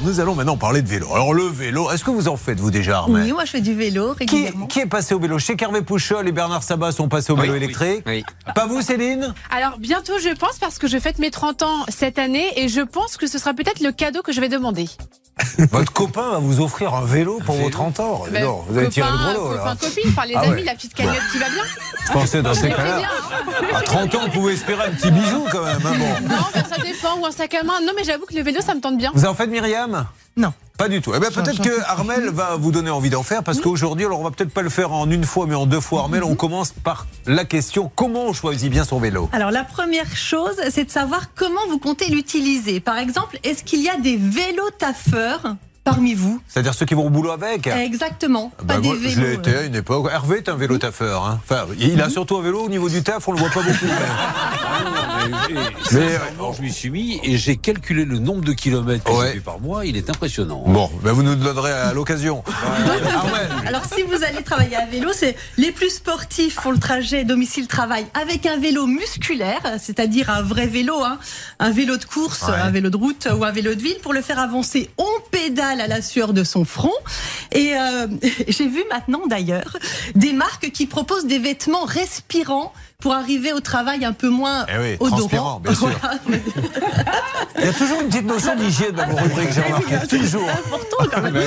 nous allons maintenant parler de vélo. Alors le vélo, est-ce que vous en faites vous déjà, Armelle? Oui, moi je fais du vélo régulièrement. Qui est passé au vélo? Je sais qu'Hervé Pouchol et Bernard Sabat sont passés au vélo électrique. Oui. Pas vous, Céline? Alors bientôt je pense, parce que je fête mes 30 ans cette année et je pense que ce sera peut-être le cadeau que je vais demander. Votre copain va vous offrir un vélo pour vos 30 ans. Ben, Non, vous avez tiré le gros lot, là. Copain, copine, enfin les amis, la petite cagnotte qui va bien. Je pensais dans ces Je cas-là. bien, hein. À 30 ans, vous pouvez espérer un petit bijou quand même. Hein, bon. Non, ben, ça dépend, ou un sac à main. Non, mais j'avoue que le vélo, ça me tente bien. Vous en faites, Myriam? Non. Pas du tout. Eh bien, peut-être que Armelle va vous donner envie d'en faire, parce qu'aujourd'hui, alors on va peut-être pas le faire en une fois, mais en deux fois. Armelle, on commence par la question, comment on choisit bien son vélo? Alors la première chose, c'est de savoir comment vous comptez l'utiliser. Par exemple, est-ce qu'il y a des vélos taffeurs parmi vous? C'est-à-dire ceux qui vont au boulot avec? Exactement. Pas des moi, vélos. je l'ai été à une époque. Hervé est un vélo taffeur. Hein. Enfin, il a surtout un vélo au niveau du taf, on le voit pas beaucoup. Sincèrement, je m'y suis mis et j'ai calculé le nombre de kilomètres que j'ai fait par mois. Il est impressionnant. Bon, ben vous nous le donnerez à l'occasion. Alors si vous allez travailler à vélo, c'est les plus sportifs font le trajet domicile-travail avec un vélo musculaire, c'est-à-dire un vrai vélo, hein, un vélo de course, un vélo de route ou un vélo de ville. Pour le faire avancer, on pédale à la sueur de son front. Et j'ai vu maintenant d'ailleurs des marques qui proposent des vêtements respirants pour arriver au travail un peu moins odorant. Bien sûr. Voilà. Il y a toujours une petite notion d'hygiène dans vos rubriques, j'ai remarqué. Toujours. C'est important quand même.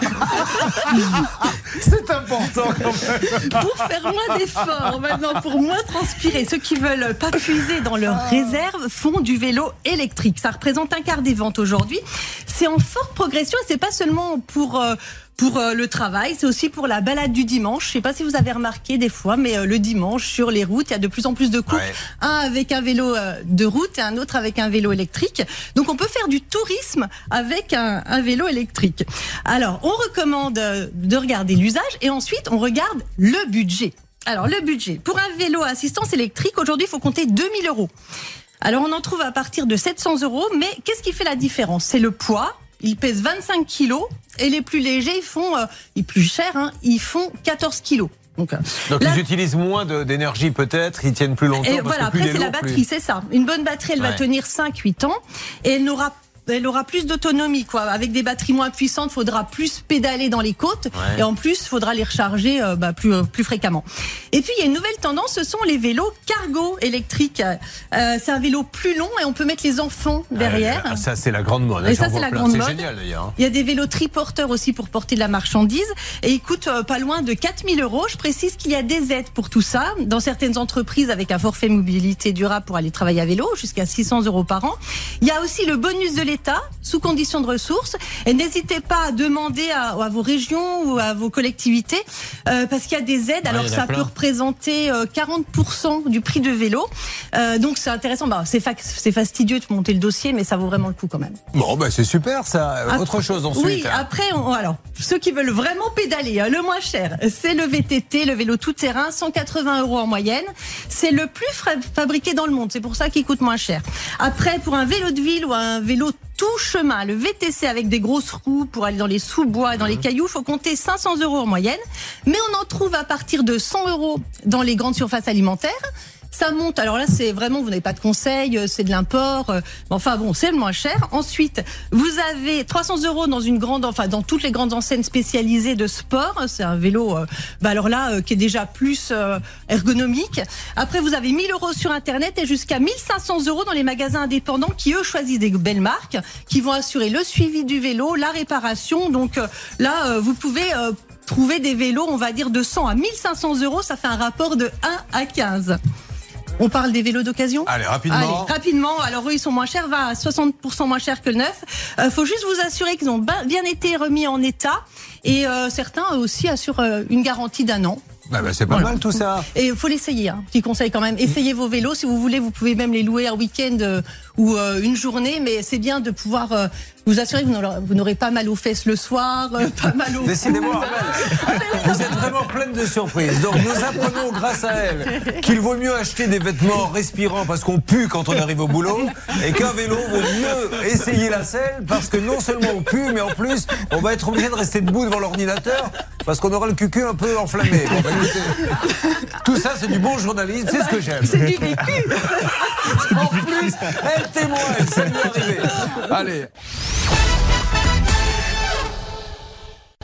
C'est important quand même. Pour faire moins d'efforts, maintenant, pour moins transpirer, ceux qui veulent pas puiser dans leurs réserves font du vélo électrique. Ça représente un quart des ventes aujourd'hui. C'est en forte progression et c'est pas seulement pour le travail, c'est aussi pour la balade du dimanche. Je sais pas si vous avez remarqué des fois, mais le dimanche sur les routes, il y a de plus en plus de couples, un avec un vélo de route et un autre avec un vélo électrique. Donc on peut faire du tourisme avec un vélo électrique. Alors on recommande de regarder l'usage et ensuite on regarde le budget. Alors le budget, pour un vélo à assistance électrique, aujourd'hui il faut compter 2000 €. Alors on en trouve à partir de 700 €, mais qu'est-ce qui fait la différence? C'est le poids. Ils pèsent 25 kilos et les plus légers, les plus chers, ils font 14 kilos. Donc ils utilisent moins d'énergie peut-être, ils tiennent plus longtemps. Et voilà, après c'est la batterie, c'est ça. Une bonne batterie, elle va tenir 5-8 ans et elle aura plus d'autonomie, quoi. Avec des batteries moins puissantes, il faudra plus pédaler dans les côtes et en plus, il faudra les recharger plus fréquemment. Et puis, il y a une nouvelle tendance, ce sont les vélos cargo électriques. C'est un vélo plus long et on peut mettre les enfants derrière. Ça, c'est la grande mode. Et ça, c'est la grande mode. C'est génial d'ailleurs. Il y a des vélos triporteurs aussi pour porter de la marchandise et ils coûtent pas loin de 4000 €. Je précise qu'il y a des aides pour tout ça dans certaines entreprises avec un forfait mobilité durable pour aller travailler à vélo jusqu'à 600 € par an. Il y a aussi le bonus de l'État sous condition de ressources et n'hésitez pas à demander à vos régions ou à vos collectivités parce qu'il y a des aides. Alors ça peut représenter 40% du prix de vélo. Donc c'est intéressant. C'est fastidieux de monter le dossier, mais ça vaut vraiment le coup quand même. Bon, c'est super ça. Autre chose ensuite. Oui, après, alors ceux qui veulent vraiment pédaler, le moins cher, c'est le VTT, le vélo tout-terrain, 180 € en moyenne. C'est le plus fabriqué dans le monde. C'est pour ça qu'il coûte moins cher. Après, pour un vélo de ville ou un vélo tout chemin, le VTC avec des grosses roues pour aller dans les sous-bois et dans les cailloux, faut compter 500 € en moyenne. Mais on en trouve à partir de 100 € dans les grandes surfaces alimentaires. Ça monte, alors là c'est vraiment, vous n'avez pas de conseils, c'est de l'import, enfin bon, c'est le moins cher. Ensuite, vous avez 300 € dans toutes les grandes enseignes spécialisées de sport. C'est un vélo, alors là, qui est déjà plus ergonomique. Après, vous avez 1000 € sur Internet et jusqu'à 1500 € dans les magasins indépendants qui, eux, choisissent des belles marques, qui vont assurer le suivi du vélo, la réparation. Donc là, vous pouvez trouver des vélos, on va dire, de 100 à 1500 €, ça fait un rapport de 1 à 15. On parle des vélos d'occasion ? Allez, rapidement. Alors eux, ils sont moins chers, 20 à 60% moins chers que le neuf. Faut juste vous assurer qu'ils ont bien été remis en état. Et certains aussi assurent une garantie d'1 an. C'est pas mal tout ça. Et il faut l'essayer, petit conseil quand même. Essayez vos vélos, si vous voulez, vous pouvez même les louer un week-end ou une journée, mais c'est bien de pouvoir vous assurer que vous n'aurez pas mal aux fesses le soir, pas mal aux... Décidément, vous êtes vraiment pleine de surprises. Donc nous apprenons grâce à elle qu'il vaut mieux acheter des vêtements respirants parce qu'on pue quand on arrive au boulot et qu'un vélo vaut mieux essayer la selle parce que non seulement on pue, mais en plus on va être obligé de rester debout devant l'ordinateur parce qu'on aura le cucu un peu enflammé. Écoutez, tout ça c'est du bon journalisme, c'est ce que j'aime. C'est du vécu. En plus, elle témoigne, ça lui est arrivé. Allez.